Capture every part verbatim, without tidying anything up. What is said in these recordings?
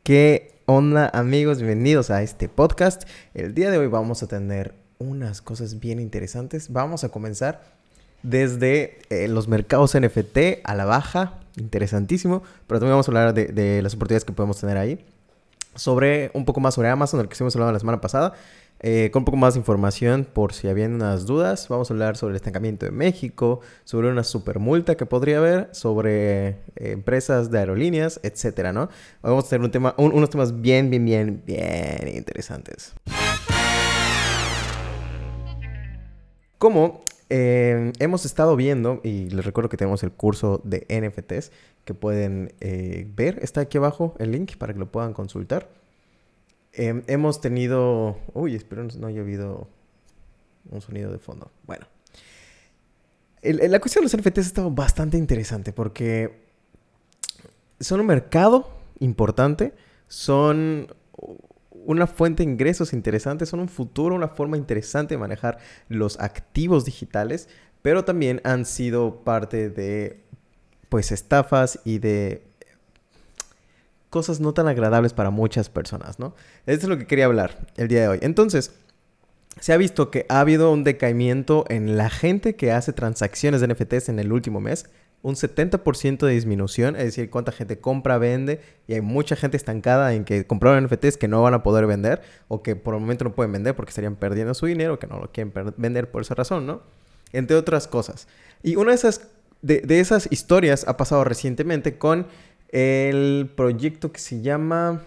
¿Qué onda, amigos? Bienvenidos a este podcast. El día de hoy vamos a tener unas cosas bien interesantes. Vamos a comenzar desde eh, los mercados N F T a la baja. Interesantísimo. Pero también vamos a hablar de, de las oportunidades que podemos tener ahí. Sobre un poco más sobre Amazon, del que estuvimos hablando la semana pasada. Eh, con un poco más de información por si habían unas dudas. Vamos a hablar sobre el estancamiento de México, sobre una super multa que podría haber, sobre eh, empresas de aerolíneas, etcétera, ¿no? Hoy vamos a tener un tema, un, unos temas bien, bien, bien, bien interesantes. Como eh, hemos estado viendo, y les recuerdo que tenemos el curso de N F Ts que pueden eh, ver, está aquí abajo el link para que lo puedan consultar. Eh, hemos tenido... Uy, espero no haya habido un sonido de fondo. Bueno. El, el, la cuestión de los N F Ts ha estado bastante interesante porque son un mercado importante, son una fuente de ingresos interesante, son un futuro, una forma interesante de manejar los activos digitales, pero también han sido parte de, pues, estafas y de cosas no tan agradables para muchas personas, ¿no? Esto es lo que quería hablar el día de hoy. Entonces, se ha visto que ha habido un decaimiento en la gente que hace transacciones de N F Ts en el último mes. Un setenta por ciento de disminución, es decir, cuánta gente compra, vende. Y hay mucha gente estancada en que compraron N F Ts que no van a poder vender. O que por el momento no pueden vender porque estarían perdiendo su dinero. Que no lo quieren vender por esa razón, ¿no? Entre otras cosas. Y una de esas, de, de esas historias ha pasado recientemente con el proyecto que se llama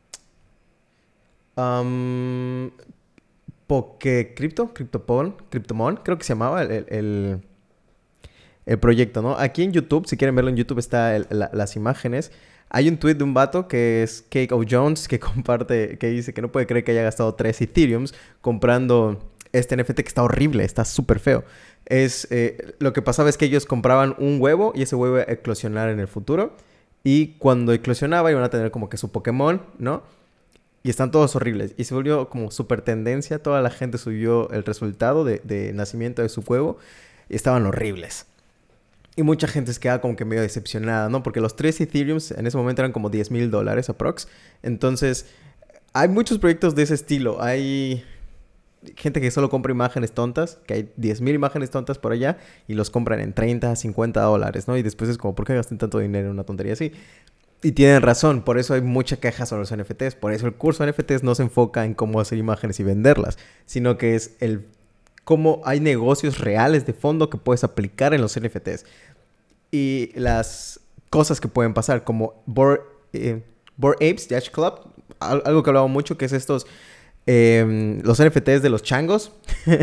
um, Poke Crypto, Cryptopon, Cryptomon, creo que se llamaba el, el, el proyecto, ¿no? Aquí en YouTube, si quieren verlo en YouTube, está el, la, las imágenes. Hay un tweet de un vato que es Cake O Jones que comparte, que dice que no puede creer que haya gastado tres Ethereums comprando este N F T que está horrible, está súper feo. Es, eh, lo que pasaba es que ellos compraban un huevo y ese huevo iba a eclosionar en el futuro. Y cuando eclosionaba iban a tener como que su Pokémon, ¿no? Y están todos horribles. Y se volvió como súper tendencia. Toda la gente subió el resultado de, de nacimiento de su huevo. Y estaban horribles. Y mucha gente se quedaba como que medio decepcionada, ¿no? Porque los tres Ethereums en ese momento eran como diez mil dólares aprox. Entonces, hay muchos proyectos de ese estilo. Hay gente que solo compra imágenes tontas, que hay diez mil imágenes tontas por allá y los compran en treinta, cincuenta dólares, ¿no? Y después es como, ¿por qué gastan tanto dinero en una tontería así? Y tienen razón, por eso hay mucha queja sobre los N F Ts. Por eso el curso de N F Ts no se enfoca en cómo hacer imágenes y venderlas, sino que es el cómo hay negocios reales de fondo que puedes aplicar en los N F Ts. Y las cosas que pueden pasar, como Bored eh, Apes Yacht Club, algo que hablaba mucho, que es estos... Eh, los N F Ts de los changos.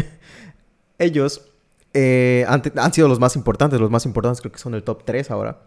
Ellos eh, han, han sido los más importantes. Los más importantes creo que son el top tres ahora.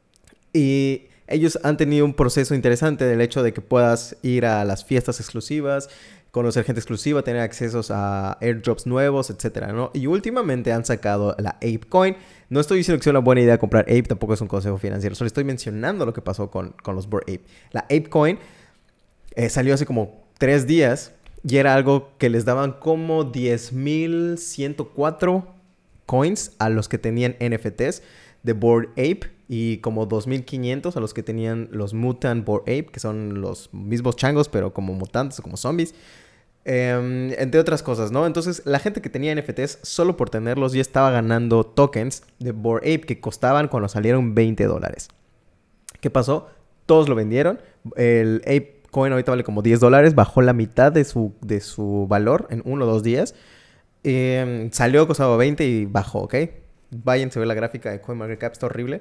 Y ellos han tenido un proceso interesante del hecho de que puedas ir a las fiestas exclusivas, conocer gente exclusiva, tener accesos a airdrops nuevos, etcétera, ¿no? Y últimamente han sacado la ApeCoin. No estoy diciendo que sea una buena idea comprar Ape, tampoco es un consejo financiero. Solo estoy mencionando lo que pasó con, con los Bored Ape. La ApeCoin eh, salió hace como tres días. Y era algo que les daban como diez mil ciento cuatro coins a los que tenían N F Ts de Bored Ape. Y como dos mil quinientos a los que tenían los Mutant Bored Ape, que son los mismos changos, pero como mutantes o como zombies. Eh, entre otras cosas, ¿no? Entonces, la gente que tenía N F Ts, solo por tenerlos, ya estaba ganando tokens de Bored Ape que costaban cuando salieron veinte dólares. ¿Qué pasó? Todos lo vendieron. El Ape Coin ahorita vale como diez dólares. Bajó la mitad de su, de su valor en uno o dos días. Eh, salió, costaba veinte y bajó, ¿ok? Vayan, se ve la gráfica de CoinMarketCap. Está horrible.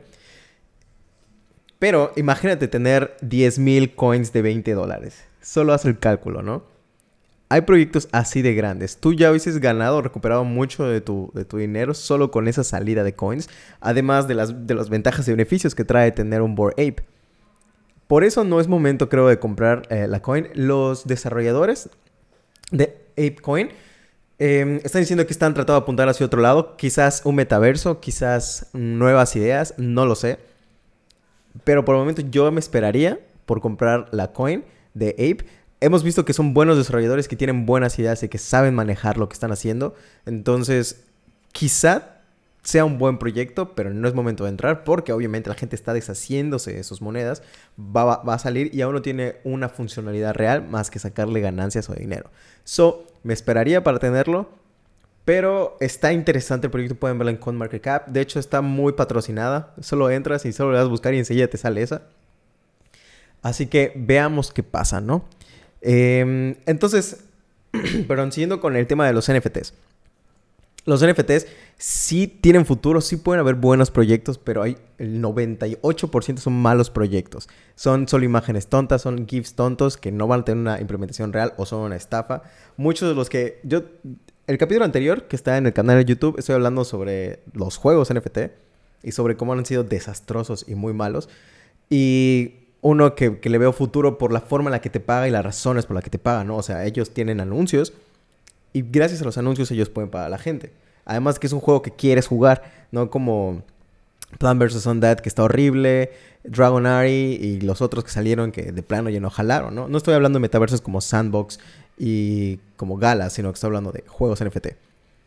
Pero imagínate tener diez mil coins de veinte dólares. Solo haz el cálculo, ¿no? Hay proyectos así de grandes. Tú ya hubieses ganado o recuperado mucho de tu, de tu dinero solo con esa salida de coins. Además de las, de las ventajas y beneficios que trae tener un Bored Ape. Por eso no es momento, creo, de comprar eh, la coin. Los desarrolladores de ApeCoin eh, están diciendo que están tratando de apuntar hacia otro lado. Quizás un metaverso, quizás nuevas ideas, no lo sé. Pero por el momento yo me esperaría por comprar la coin de Ape. Hemos visto que son buenos desarrolladores que tienen buenas ideas y que saben manejar lo que están haciendo. Entonces, quizá sea un buen proyecto, pero no es momento de entrar porque obviamente la gente está deshaciéndose de sus monedas, va, va, va a salir y aún no tiene una funcionalidad real más que sacarle ganancias o dinero. So, me esperaría para tenerlo, pero está interesante el proyecto, pueden verlo en CoinMarketCap. De hecho, está muy patrocinada, solo entras y solo le das a buscar y enseguida te sale esa. Así que veamos qué pasa, ¿no? Eh, entonces, perdón, siguiendo con el tema de los N F Ts. Los N F Ts sí tienen futuro, sí pueden haber buenos proyectos, pero hay el noventa y ocho por ciento son malos proyectos. Son solo imágenes tontas, son GIFs tontos que no van a tener una implementación real o son una estafa. Muchos de los que yo... El capítulo anterior que está en el canal de YouTube, estoy hablando sobre los juegos N F T y sobre cómo han sido desastrosos y muy malos. Y uno que, que le veo futuro por la forma en la que te paga y las razones por las que te paga, ¿no? O sea, ellos tienen anuncios y gracias a los anuncios ellos pueden pagar a la gente. Además que es un juego que quieres jugar, no como Plants versus. Undead, que está horrible, Dragonary y los otros que salieron que de plano ya no jalaron, ¿no? No estoy hablando de metaversos como Sandbox y como Gala, sino que estoy hablando de juegos N F T.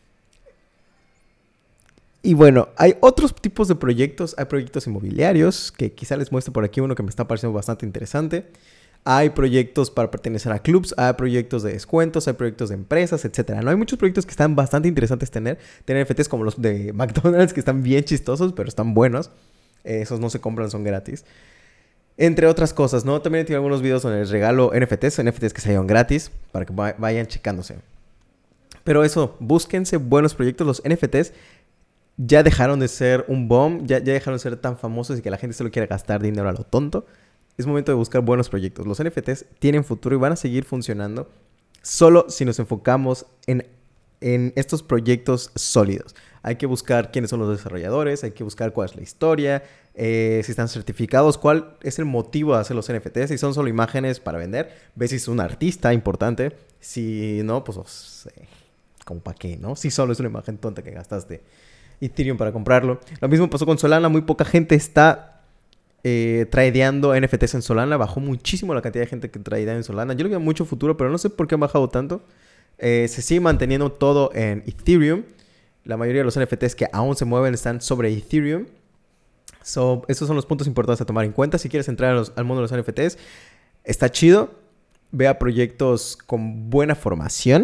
Y bueno, hay otros tipos de proyectos. Hay proyectos inmobiliarios, que quizá les muestre por aquí uno que me está pareciendo bastante interesante. Hay proyectos para pertenecer a clubs, hay proyectos de descuentos, hay proyectos de empresas, etcétera. No hay muchos proyectos que están bastante interesantes tener. Tener N F Ts como los de McDonald's, que están bien chistosos, pero están buenos. Eh, esos no se compran, son gratis. Entre otras cosas, ¿no? También he tenido algunos videos donde les regalo N F Ts, N F Ts que salieron gratis, para que vayan checándose. Pero eso, búsquense buenos proyectos. Los N F Ts ya dejaron de ser un boom, ya, ya dejaron de ser tan famosos y que la gente solo quiere gastar dinero a lo tonto. Es momento de buscar buenos proyectos. Los N F Ts tienen futuro y van a seguir funcionando solo si nos enfocamos en, en estos proyectos sólidos. Hay que buscar quiénes son los desarrolladores, hay que buscar cuál es la historia, eh, si están certificados, cuál es el motivo de hacer los N F Ts, si son solo imágenes para vender, ves si es un artista importante, si no, pues, no sé, como para qué, ¿no? Si solo es una imagen tonta que gastaste Ethereum para comprarlo. Lo mismo pasó con Solana, muy poca gente está Eh, tradeando N F Ts en Solana. Bajó muchísimo la cantidad de gente que tradea en Solana. Yo le veo mucho futuro, pero no sé por qué ha bajado tanto. Eh, se sigue manteniendo todo en Ethereum. La mayoría de los N F Ts que aún se mueven están sobre Ethereum. So, esos son los puntos importantes a tomar en cuenta. Si quieres entrar a los, al mundo de los N F Ts, está chido. Vea proyectos con buena formación.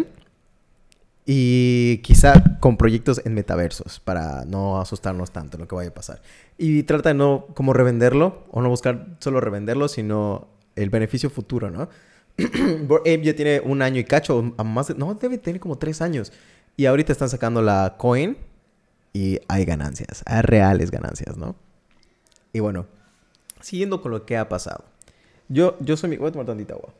Y quizá con proyectos en metaversos para no asustarnos tanto en lo que vaya a pasar. Y trata de no como revenderlo o no buscar solo revenderlo, sino el beneficio futuro, ¿no? Bored Ape ya tiene un año y cacho, a más de, no, debe tener como tres años. Y ahorita están sacando la coin y hay ganancias, hay reales ganancias, ¿no? Y bueno, siguiendo con lo que ha pasado. Yo, yo soy... Voy a tomar tantita agua.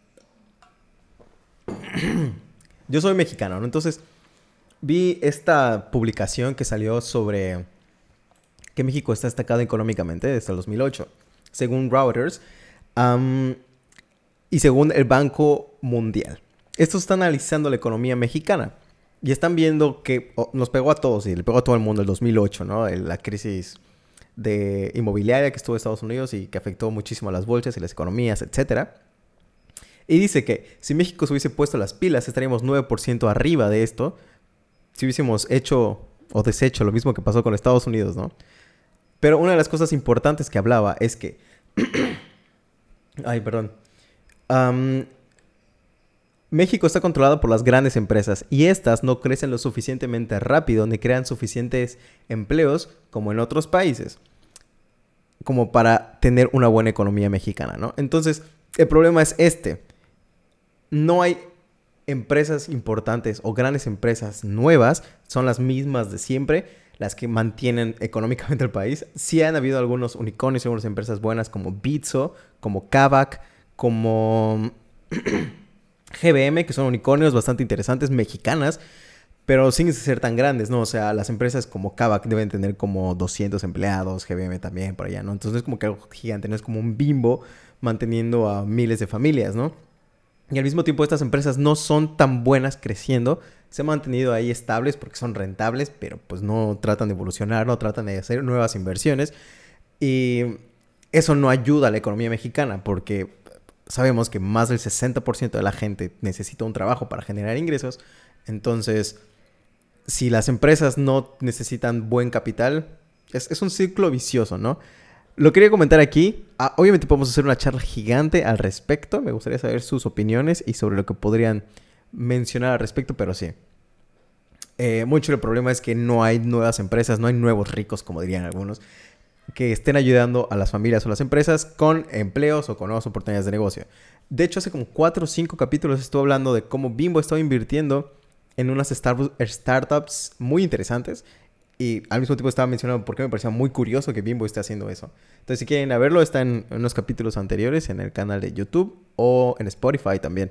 Yo soy mexicano, ¿no? Entonces, vi esta publicación que salió sobre que México está destacado económicamente desde el dos mil ocho, según Reuters, um, y según el Banco Mundial. Esto está analizando la economía mexicana y están viendo que oh, nos pegó a todos y le pegó a todo el mundo el dos mil ocho, ¿no? La crisis de inmobiliaria que estuvo en Estados Unidos y que afectó muchísimo a las bolsas y las economías, etcétera. Y dice que si México se hubiese puesto las pilas, estaríamos nueve por ciento arriba de esto. Si hubiésemos hecho o deshecho lo mismo que pasó con Estados Unidos, ¿no? Pero una de las cosas importantes que hablaba es que... Ay, perdón. Um, México está controlado por las grandes empresas y estas no crecen lo suficientemente rápido ni crean suficientes empleos como en otros países como para tener una buena economía mexicana, ¿no? Entonces, el problema es este. No hay empresas importantes o grandes empresas nuevas, son las mismas de siempre, las que mantienen económicamente el país. Sí han habido algunos unicornios y algunas empresas buenas como Bitso, como Kavak, como G B M, que son unicornios bastante interesantes, mexicanas, pero sin ser tan grandes, ¿no? O sea, las empresas como Kavak deben tener como doscientos empleados, G B M también por allá, ¿no? Entonces es como que algo gigante, no es como un Bimbo manteniendo a miles de familias, ¿no? Y al mismo tiempo estas empresas no son tan buenas creciendo. Se han mantenido ahí estables porque son rentables, pero pues no tratan de evolucionar, no tratan de hacer nuevas inversiones. Y eso no ayuda a la economía mexicana porque sabemos que más del sesenta por ciento de la gente necesita un trabajo para generar ingresos. Entonces, si las empresas no necesitan buen capital, es, es un ciclo vicioso, ¿no? Lo quería comentar aquí. Ah, obviamente podemos hacer una charla gigante al respecto. Me gustaría saber sus opiniones y sobre lo que podrían mencionar al respecto, pero sí. Eh, mucho el problema es que no hay nuevas empresas, no hay nuevos ricos, como dirían algunos, que estén ayudando a las familias o las empresas con empleos o con nuevas oportunidades de negocio. De hecho, hace como cuatro o cinco capítulos estuve hablando de cómo Bimbo estaba invirtiendo en unas start- startups muy interesantes. Y al mismo tiempo estaba mencionando por qué me parecía muy curioso que Bimbo esté haciendo eso. Entonces, si quieren a verlo, está en unos capítulos anteriores en el canal de YouTube o en Spotify también.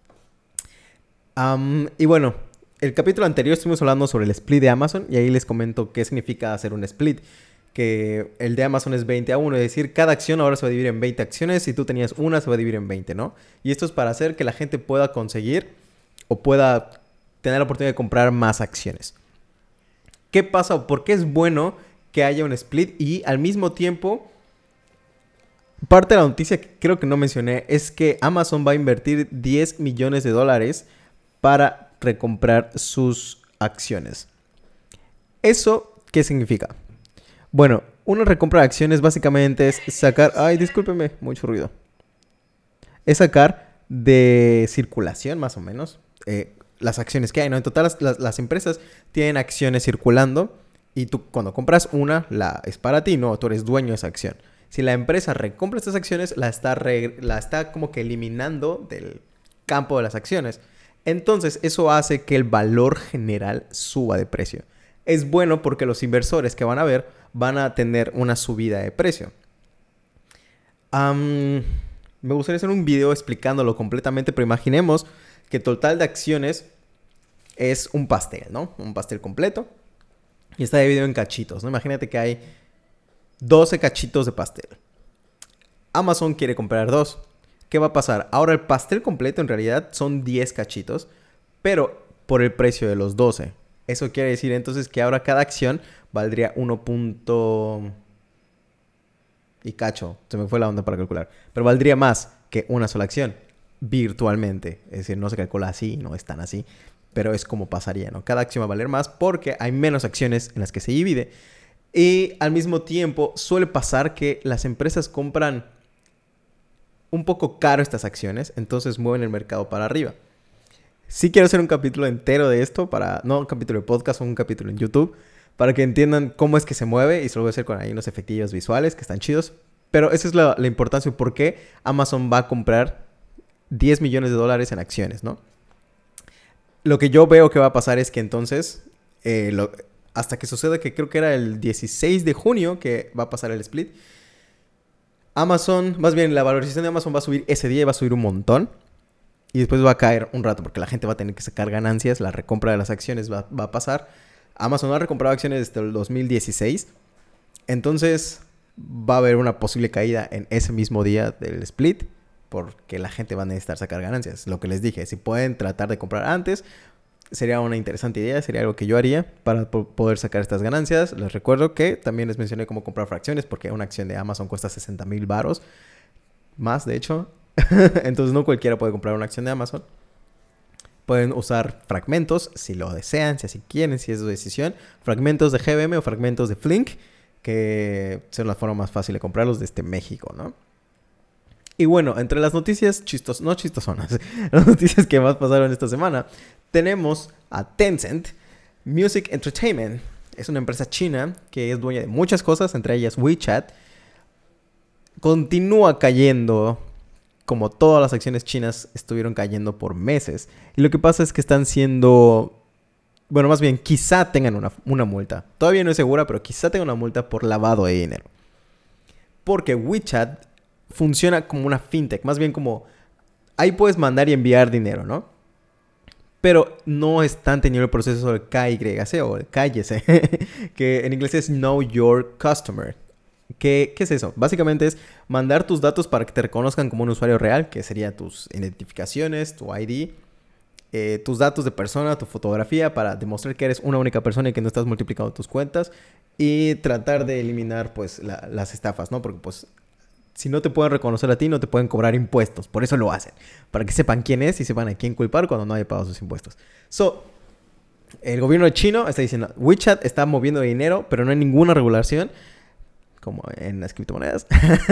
Um, y bueno, el capítulo anterior estuvimos hablando sobre el split de Amazon y ahí les comento qué significa hacer un split. Que el de Amazon es veinte a uno, es decir, cada acción ahora se va a dividir en veinte acciones. Si tú tenías una, se va a dividir en veinte, ¿no? Y esto es para hacer que la gente pueda conseguir o pueda tener la oportunidad de comprar más acciones. ¿Qué pasa o por qué es bueno que haya un split? Y al mismo tiempo, parte de la noticia que creo que no mencioné es que Amazon va a invertir diez millones de dólares para recomprar sus acciones. ¿Eso qué significa? Bueno, una recompra de acciones básicamente es sacar... Ay, discúlpeme, mucho ruido. Es sacar de circulación, más o menos, eh, las acciones que hay, ¿no? En total, las, las, las empresas tienen acciones circulando y tú cuando compras una, la es para ti, ¿no? Tú eres dueño de esa acción. Si la empresa recompra estas acciones, la está, re, la está como que eliminando del campo de las acciones. Entonces, eso hace que el valor general suba de precio. Es bueno porque los inversores que van a ver van a tener una subida de precio. Um, me gustaría hacer un video explicándolo completamente, pero imaginemos que el total de acciones es un pastel, ¿no? Un pastel completo. Y está dividido en cachitos, ¿no? Imagínate que hay doce cachitos de pastel. Amazon quiere comprar dos. ¿Qué va a pasar? Ahora el pastel completo en realidad son diez cachitos, pero por el precio de los doce. Eso quiere decir entonces que ahora cada acción valdría uno. Y cacho, se me fue la onda para calcular. Pero valdría más que una sola acción, virtualmente. Es decir, no se calcula así, no es tan así. Pero es como pasaría, ¿no? Cada acción va a valer más porque hay menos acciones en las que se divide. Y al mismo tiempo suele pasar que las empresas compran un poco caro estas acciones, entonces mueven el mercado para arriba. Sí quiero hacer un capítulo entero de esto, para no un capítulo de podcast, o un capítulo en YouTube, para que entiendan cómo es que se mueve, y se lo voy a hacer con ahí unos efectillos visuales que están chidos. Pero esa es la, la importancia de por qué Amazon va a comprar diez millones de dólares en acciones, ¿no? Lo que yo veo que va a pasar es que entonces, eh, lo, hasta que suceda, que creo que era el dieciséis de junio que va a pasar el split, Amazon, más bien la valorización de Amazon va a subir ese día y va a subir un montón. Y después va a caer un rato porque la gente va a tener que sacar ganancias. La recompra de las acciones va, va a pasar. Amazon no ha recomprado acciones desde el dos mil dieciséis. Entonces va a haber una posible caída en ese mismo día del split, porque la gente va a necesitar sacar ganancias. Lo que les dije, si pueden tratar de comprar antes, sería una interesante idea. Sería algo que yo haría para po- poder sacar estas ganancias. Les recuerdo que también les mencioné cómo comprar fracciones, porque una acción de Amazon cuesta sesenta mil varos. Más, de hecho. Entonces no cualquiera puede comprar una acción de Amazon. Pueden usar fragmentos si lo desean, si así quieren, si es su decisión. Fragmentos de G B M o fragmentos de Flink, que son la forma más fácil de comprarlos desde México, ¿no? Y bueno, entre las noticias chistos, no chistosonas, las noticias que más pasaron esta semana, tenemos a Tencent Music Entertainment. Es una empresa china que es dueña de muchas cosas, entre ellas WeChat. Continúa cayendo, como todas las acciones chinas estuvieron cayendo por meses. Y lo que pasa es que están siendo... Bueno, más bien, quizá tengan una, una multa. Todavía no es segura, pero quizá tengan una multa por lavado de dinero. Porque WeChat funciona como una fintech. Más bien como... Ahí puedes mandar y enviar dinero, ¿no? Pero no están teniendo el proceso del K Y C o el K Y C. Que en inglés es Know Your Customer. ¿Qué, ¿Qué es eso? Básicamente es mandar tus datos para que te reconozcan como un usuario real, que sería tus identificaciones, tu I D, eh, tus datos de persona, tu fotografía, para demostrar que eres una única persona y que no estás multiplicando tus cuentas, y tratar de eliminar pues la, las estafas, ¿no? Porque pues si no te pueden reconocer a ti, no te pueden cobrar impuestos. Por eso lo hacen, para que sepan quién es y sepan a quién culpar cuando no haya pagado sus impuestos. So, El gobierno chino está diciendo, WeChat está moviendo dinero, pero no hay ninguna regulación, como en las criptomonedas.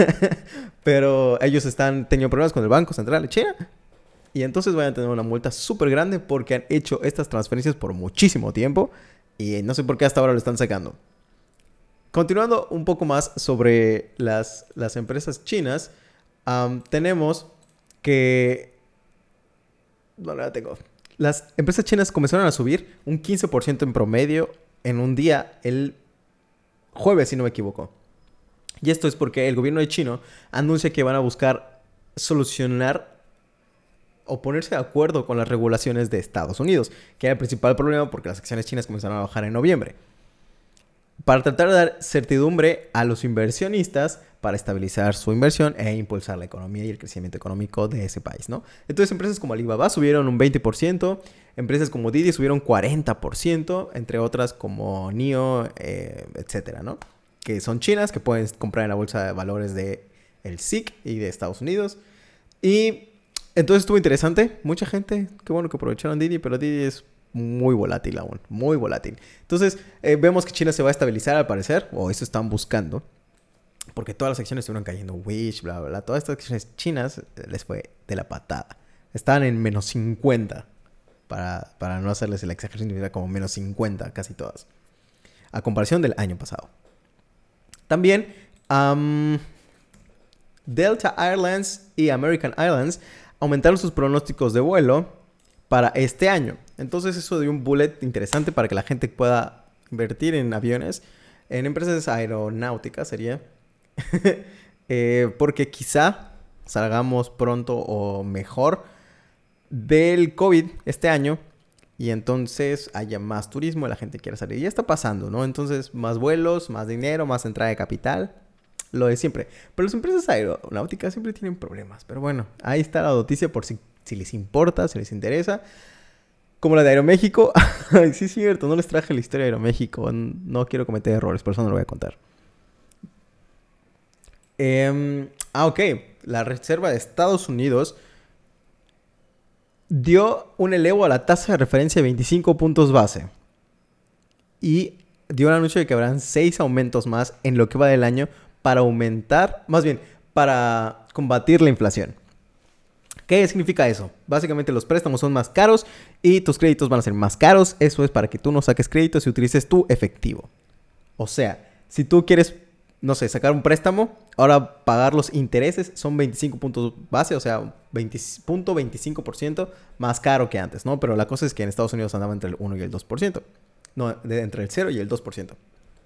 Pero ellos están teniendo problemas con el Banco Central de China. Y entonces van a tener una multa súper grande porque han hecho estas transferencias por muchísimo tiempo. Y no sé por qué hasta ahora lo están sacando. Continuando un poco más sobre las, las empresas chinas, um, tenemos que... Bueno, ya tengo. Las empresas chinas comenzaron a subir un quince por ciento en promedio en un día el jueves, si no me equivoco. Y esto es porque el gobierno de China anuncia que van a buscar solucionar o ponerse de acuerdo con las regulaciones de Estados Unidos, que era el principal problema porque las acciones chinas comenzaron a bajar en noviembre. Para tratar de dar certidumbre a los inversionistas para estabilizar su inversión e impulsar la economía y el crecimiento económico de ese país, ¿no? Entonces, empresas como Alibaba subieron un veinte por ciento, empresas como Didi subieron cuarenta por ciento, entre otras como N I O, eh, etcétera, ¿no? Que son chinas, que pueden comprar en la bolsa de valores de el S I C y de Estados Unidos. Y entonces estuvo interesante. Mucha gente, qué bueno que aprovecharon Didi, pero Didi es muy volátil aún, muy volátil. Entonces, eh, vemos que China se va a estabilizar al parecer, o eso están buscando, porque todas las acciones estuvieron cayendo, Wish, bla, bla, bla. Todas estas acciones chinas les fue de la patada. Estaban en menos cincuenta, para, para no hacerles la exageración, era como menos cincuenta casi todas, a comparación del año pasado. También, um, Delta Airlines y American Airlines aumentaron sus pronósticos de vuelo para este año. Entonces eso dio un bullet interesante para que la gente pueda invertir en aviones, en empresas aeronáuticas sería. eh, porque quizá salgamos pronto o mejor del COVID este año y entonces haya más turismo y la gente quiera salir. Ya está pasando, ¿no? Entonces más vuelos, más dinero, más entrada de capital. Lo de siempre. Pero las empresas aeronáuticas siempre tienen problemas. Pero bueno, ahí está la noticia por si, si les importa, si les interesa. Como la de Aeroméxico. Sí, es cierto, no les traje la historia de Aeroméxico. No quiero cometer errores, por eso no lo voy a contar. Eh, ah, ok. La Reserva de Estados Unidos dio un elevo a la tasa de referencia de veinticinco puntos base. Y dio el anuncio de que habrán seis aumentos más en lo que va del año para aumentar, más bien, para combatir la inflación. ¿Qué significa eso? Básicamente los préstamos son más caros y tus créditos van a ser más caros. Eso es para que tú no saques créditos y utilices tu efectivo. O sea, si tú quieres, no sé, sacar un préstamo, ahora pagar los intereses son veinticinco puntos base, o sea, veinte punto veinticinco por ciento más caro que antes, ¿no? Pero la cosa es que en Estados Unidos andaba entre el uno y el dos por ciento. No, de, entre el cero y el dos por ciento.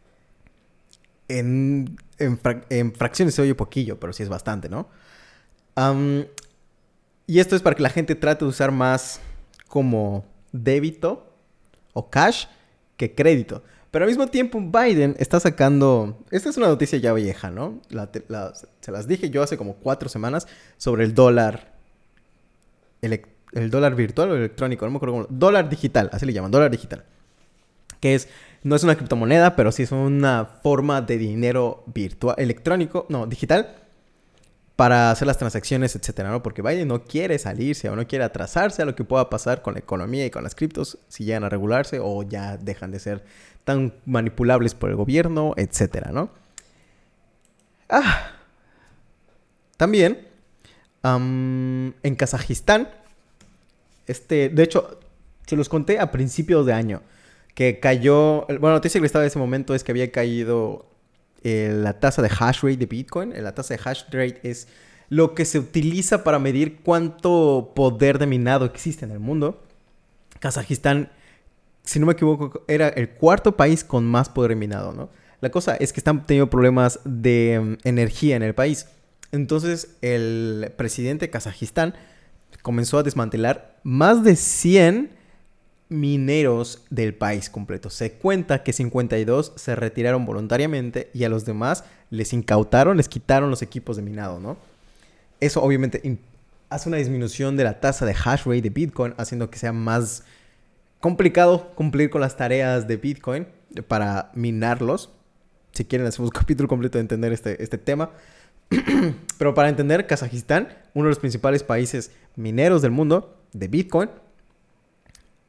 En, en, fra en fracciones se oye poquillo, pero sí es bastante, ¿no? Um, y esto es para que la gente trate de usar más como débito o cash que crédito. Pero al mismo tiempo Biden está sacando... Esta es una noticia ya vieja, ¿no? La, la, se las dije yo hace como cuatro semanas sobre el dólar... El, el dólar virtual o electrónico, no me acuerdo cómo... Dólar digital, así le llaman, dólar digital. Que es... No es una criptomoneda, pero sí es una forma de dinero virtual, electrónico, no, digital, para hacer las transacciones, etcétera, ¿no? Porque Biden no quiere salirse o no quiere atrasarse a lo que pueda pasar con la economía y con las criptos si llegan a regularse o ya dejan de ser tan manipulables por el gobierno, etcétera, ¿no? Ah. También, um, en Kazajistán, este, de hecho, se los conté a principios de año, que cayó... Bueno, la noticia que estaba en ese momento es que había caído eh, la tasa de hash rate de Bitcoin. La tasa de hash rate es lo que se utiliza para medir cuánto poder de minado existe en el mundo. Kazajistán, si no me equivoco, era el cuarto país con más poder de minado, ¿no? La cosa es que están teniendo problemas de um, energía en el país. Entonces, el presidente de Kazajistán comenzó a desmantelar más de cien... mineros del país completo. Se cuenta que cincuenta y dos se retiraron voluntariamente y a los demás les incautaron, les quitaron los equipos de minado, ¿no? Eso obviamente hace una disminución de la tasa de hash rate de Bitcoin, haciendo que sea más complicado cumplir con las tareas de Bitcoin para minarlos. Si quieren hacemos un capítulo completo de entender este, este tema. Pero para entender, Kazajistán, uno de los principales países mineros del mundo de Bitcoin,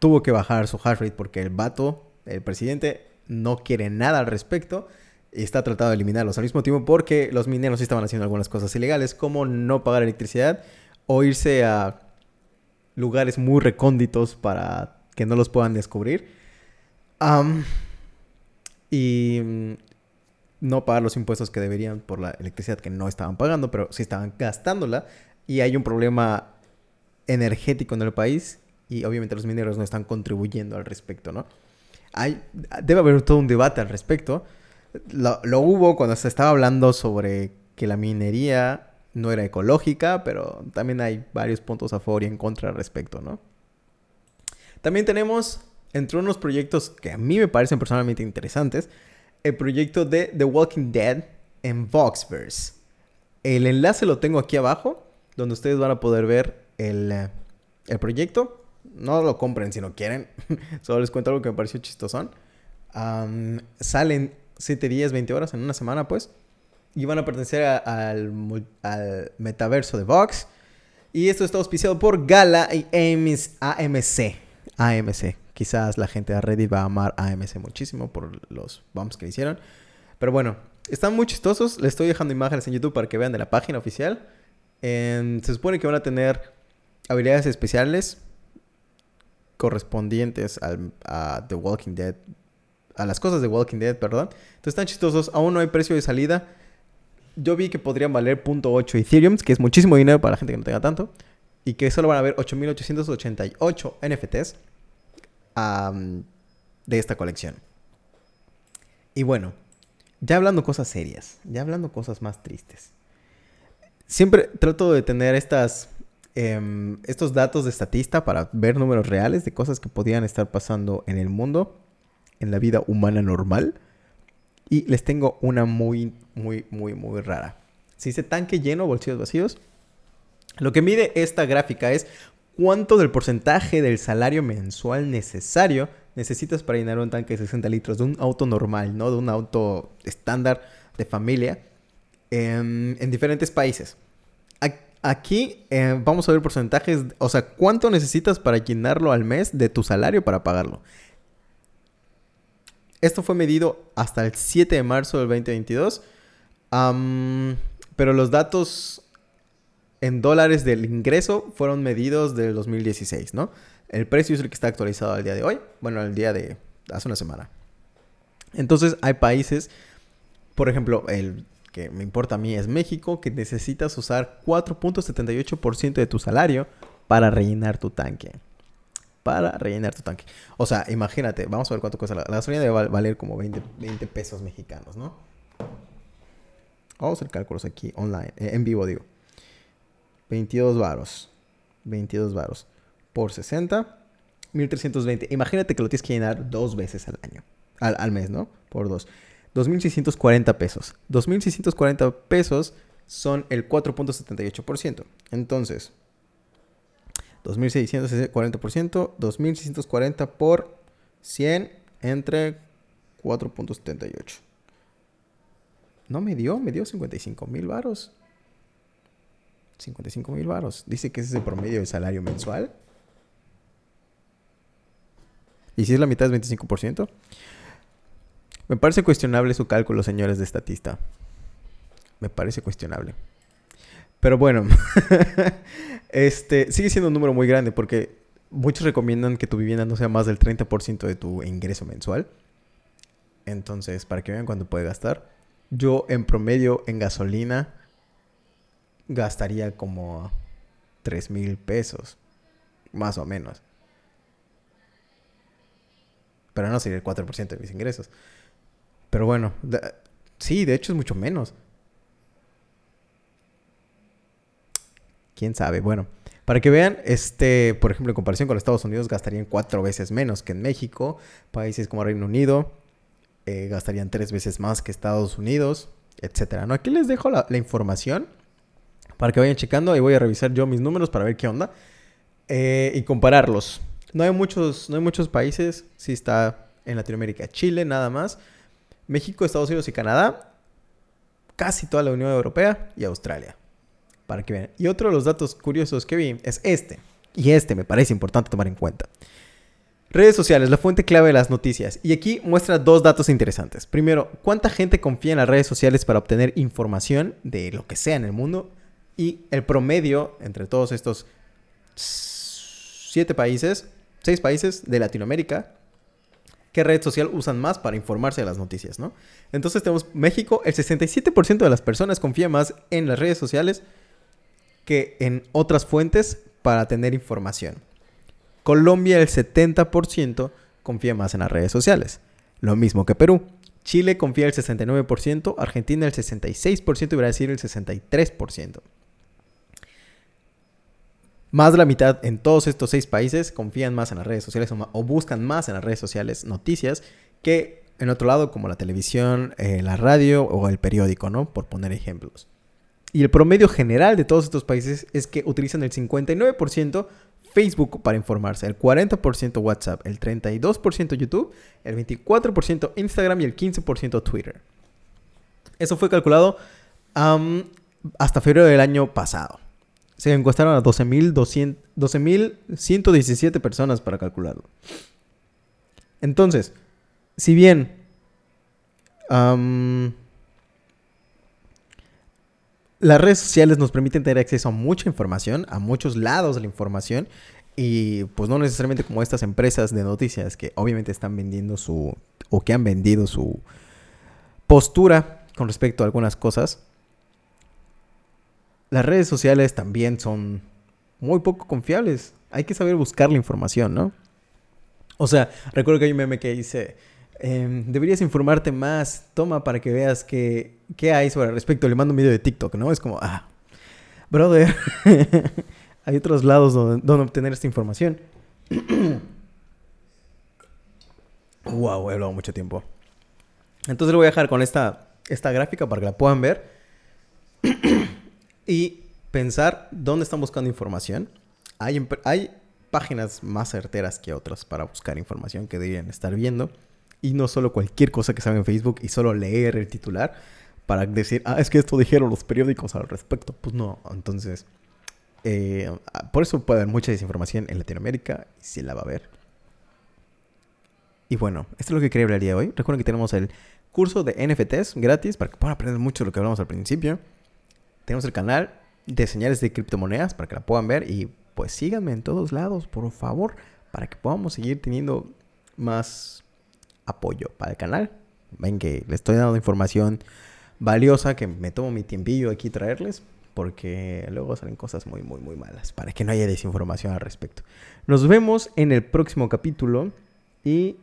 tuvo que bajar su hash rate porque el vato, el presidente, no quiere nada al respecto y está tratando de eliminarlos al mismo tiempo porque los mineros sí estaban haciendo algunas cosas ilegales como no pagar electricidad o irse a lugares muy recónditos para que no los puedan descubrir. Um, y mm, no pagar los impuestos que deberían por la electricidad que no estaban pagando, pero sí estaban gastándola. Y hay un problema energético en el país y obviamente los mineros no están contribuyendo al respecto, ¿no? Hay, debe haber todo un debate al respecto. Lo, lo hubo cuando se estaba hablando sobre que la minería no era ecológica, pero también hay varios puntos a favor y en contra al respecto, ¿no? También tenemos, entre unos proyectos que a mí me parecen personalmente interesantes, el proyecto de The Walking Dead en Voxverse. El enlace lo tengo aquí abajo, donde ustedes van a poder ver el, el proyecto. No lo compren si no quieren. Solo les cuento algo que me pareció chistosón. Um, salen siete días, veinte horas en una semana, pues. Y van a pertenecer a, al, al metaverso de Vox. Y esto está auspiciado por Gala y A M C. A M C. Quizás la gente de Reddit va a amar A M C muchísimo por los bumps que hicieron. Pero bueno, están muy chistosos. Les estoy dejando imágenes en YouTube para que vean de la página oficial. Eh, se supone que van a tener habilidades especiales correspondientes al, a The Walking Dead. A las cosas de Walking Dead, perdón. Entonces están chistosos. Aún no hay precio de salida. Yo vi que podrían valer cero punto ocho Ethereum, que es muchísimo dinero para la gente que no tenga tanto. Y que solo van a haber ocho mil ochocientos ochenta y ocho N F Ts um, de esta colección. Y bueno, ya hablando cosas serias, ya hablando cosas más tristes. Siempre trato de tener estas, eh, estos datos de estatista para ver números reales de cosas que podían estar pasando en el mundo, en la vida humana normal. Y les tengo una muy, muy, muy, muy rara. Se dice tanque lleno, bolsillos vacíos. Lo que mide esta gráfica es cuánto del porcentaje del salario mensual necesario necesitas para llenar un tanque de sesenta litros de un auto normal, ¿no? De un auto estándar de familia en, en diferentes países. Aquí eh, vamos a ver porcentajes, o sea, cuánto necesitas para llenarlo al mes de tu salario para pagarlo. Esto fue medido hasta el siete de marzo del veinte veintidós. Um, pero los datos en dólares del ingreso fueron medidos del dos mil dieciséis, ¿no? El precio es el que está actualizado al día de hoy. Bueno, al día de hace una semana. Entonces hay países, por ejemplo, el que me importa a mí es México, que necesitas usar cuatro punto setenta y ocho por ciento de tu salario para rellenar tu tanque. Para rellenar tu tanque. O sea, imagínate, vamos a ver cuánto cuesta. La, la gasolina debe valer como veinte, veinte pesos mexicanos, ¿no? Vamos a hacer cálculos aquí, online, eh, en vivo digo. veintidós varos. veintidós varos. Por sesenta, mil trescientos veinte. Imagínate que lo tienes que llenar dos veces al año. Al, al mes, ¿no? Por dos. dos mil seiscientos cuarenta pesos. dos mil seiscientos cuarenta pesos son el cuatro punto setenta y ocho por ciento. Entonces, dos mil seiscientos cuarenta por ciento, dos mil seiscientos cuarenta por cien entre cuatro punto setenta y ocho. No me dio, me dio cincuenta y cinco mil varos. cincuenta y cinco mil varos. Dice que ese es el promedio del salario mensual. ¿Y si es la mitad es veinticinco por ciento? Me parece cuestionable su cálculo, señores de estatista. Me parece cuestionable. Pero bueno, este sigue siendo un número muy grande porque muchos recomiendan que tu vivienda no sea más del treinta por ciento de tu ingreso mensual. Entonces, para que vean cuánto puede gastar. Yo en promedio en gasolina gastaría como tres mil pesos. Más o menos. Pero no sería el cuatro por ciento de mis ingresos. Pero bueno, de, sí, de hecho es mucho menos. ¿Quién sabe? Bueno, para que vean, este, por ejemplo, en comparación con Estados Unidos, gastarían cuatro veces menos que en México. Países como Reino Unido eh, gastarían tres veces más que Estados Unidos, etcétera, ¿no? Aquí les dejo la, la información para que vayan checando. Ahí voy a revisar yo mis números para ver qué onda eh, y compararlos. No hay muchos, no hay muchos países. Sí está en Latinoamérica, Chile, nada más. México, Estados Unidos y Canadá. Casi toda la Unión Europea y Australia. Para que vean. Y otro de los datos curiosos que vi es este. Y este me parece importante tomar en cuenta. Redes sociales, la fuente clave de las noticias. Y aquí muestra dos datos interesantes. Primero, ¿cuánta gente confía en las redes sociales para obtener información de lo que sea en el mundo? Y el promedio entre todos estos siete países, seis países de Latinoamérica, ¿qué red social usan más para informarse de las noticias, ¿no? Entonces tenemos México, el sesenta y siete por ciento de las personas confía más en las redes sociales que en otras fuentes para tener información. Colombia, el setenta por ciento confía más en las redes sociales. Lo mismo que Perú. Chile confía el sesenta y nueve por ciento, Argentina el sesenta y seis por ciento y Brasil el sesenta y tres por ciento. Más de la mitad en todos estos seis países confían más en las redes sociales o, o buscan más en las redes sociales noticias que en otro lado como la televisión, eh, la radio o el periódico, ¿no? Por poner ejemplos. Y el promedio general de todos estos países es que utilizan el cincuenta y nueve por ciento Facebook para informarse, el cuarenta por ciento WhatsApp, el treinta y dos por ciento YouTube, el veinticuatro por ciento Instagram y el quince por ciento Twitter. Eso fue calculado um, hasta febrero del año pasado. Se encuestaron a doce mil ciento diecisiete personas para calcularlo. Entonces, si bien um, las redes sociales nos permiten tener acceso a mucha información, a muchos lados de la información, y pues no necesariamente como estas empresas de noticias que obviamente están vendiendo su, o que han vendido su postura con respecto a algunas cosas. Las redes sociales también son muy poco confiables. Hay que saber buscar la información, ¿no? O sea, recuerdo que hay un meme que dice, eh, deberías informarte más, toma para que veas qué, qué hay sobre el respecto. Le mando un video de TikTok, ¿no? Es como, ah, brother, hay otros lados donde, donde obtener esta información. Wow, he hablado mucho tiempo. Entonces lo voy a dejar con esta, esta gráfica para que la puedan ver. Y pensar dónde están buscando información. Hay, hay páginas más certeras que otras para buscar información que deberían estar viendo. Y no solo cualquier cosa que salga en Facebook y solo leer el titular para decir, ah, es que esto dijeron los periódicos al respecto. Pues no, entonces, eh, por eso puede haber mucha desinformación en Latinoamérica y sí la va a haber. Y bueno, esto es lo que quería hablar el día de hoy. Recuerden que tenemos el curso de N F Ts gratis para que puedan aprender mucho de lo que hablamos al principio. Tenemos el canal de señales de criptomonedas para que la puedan ver. Y pues síganme en todos lados, por favor, para que podamos seguir teniendo más apoyo para el canal. Ven que les estoy dando información valiosa que me tomo mi tiempillo aquí traerles, porque luego salen cosas muy, muy, muy malas, para que no haya desinformación al respecto. Nos vemos en el próximo capítulo y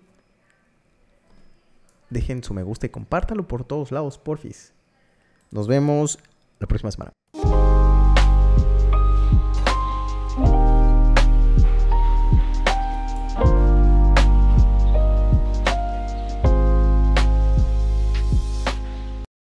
dejen su me gusta y compártanlo por todos lados, porfis. Nos vemos la próxima semana.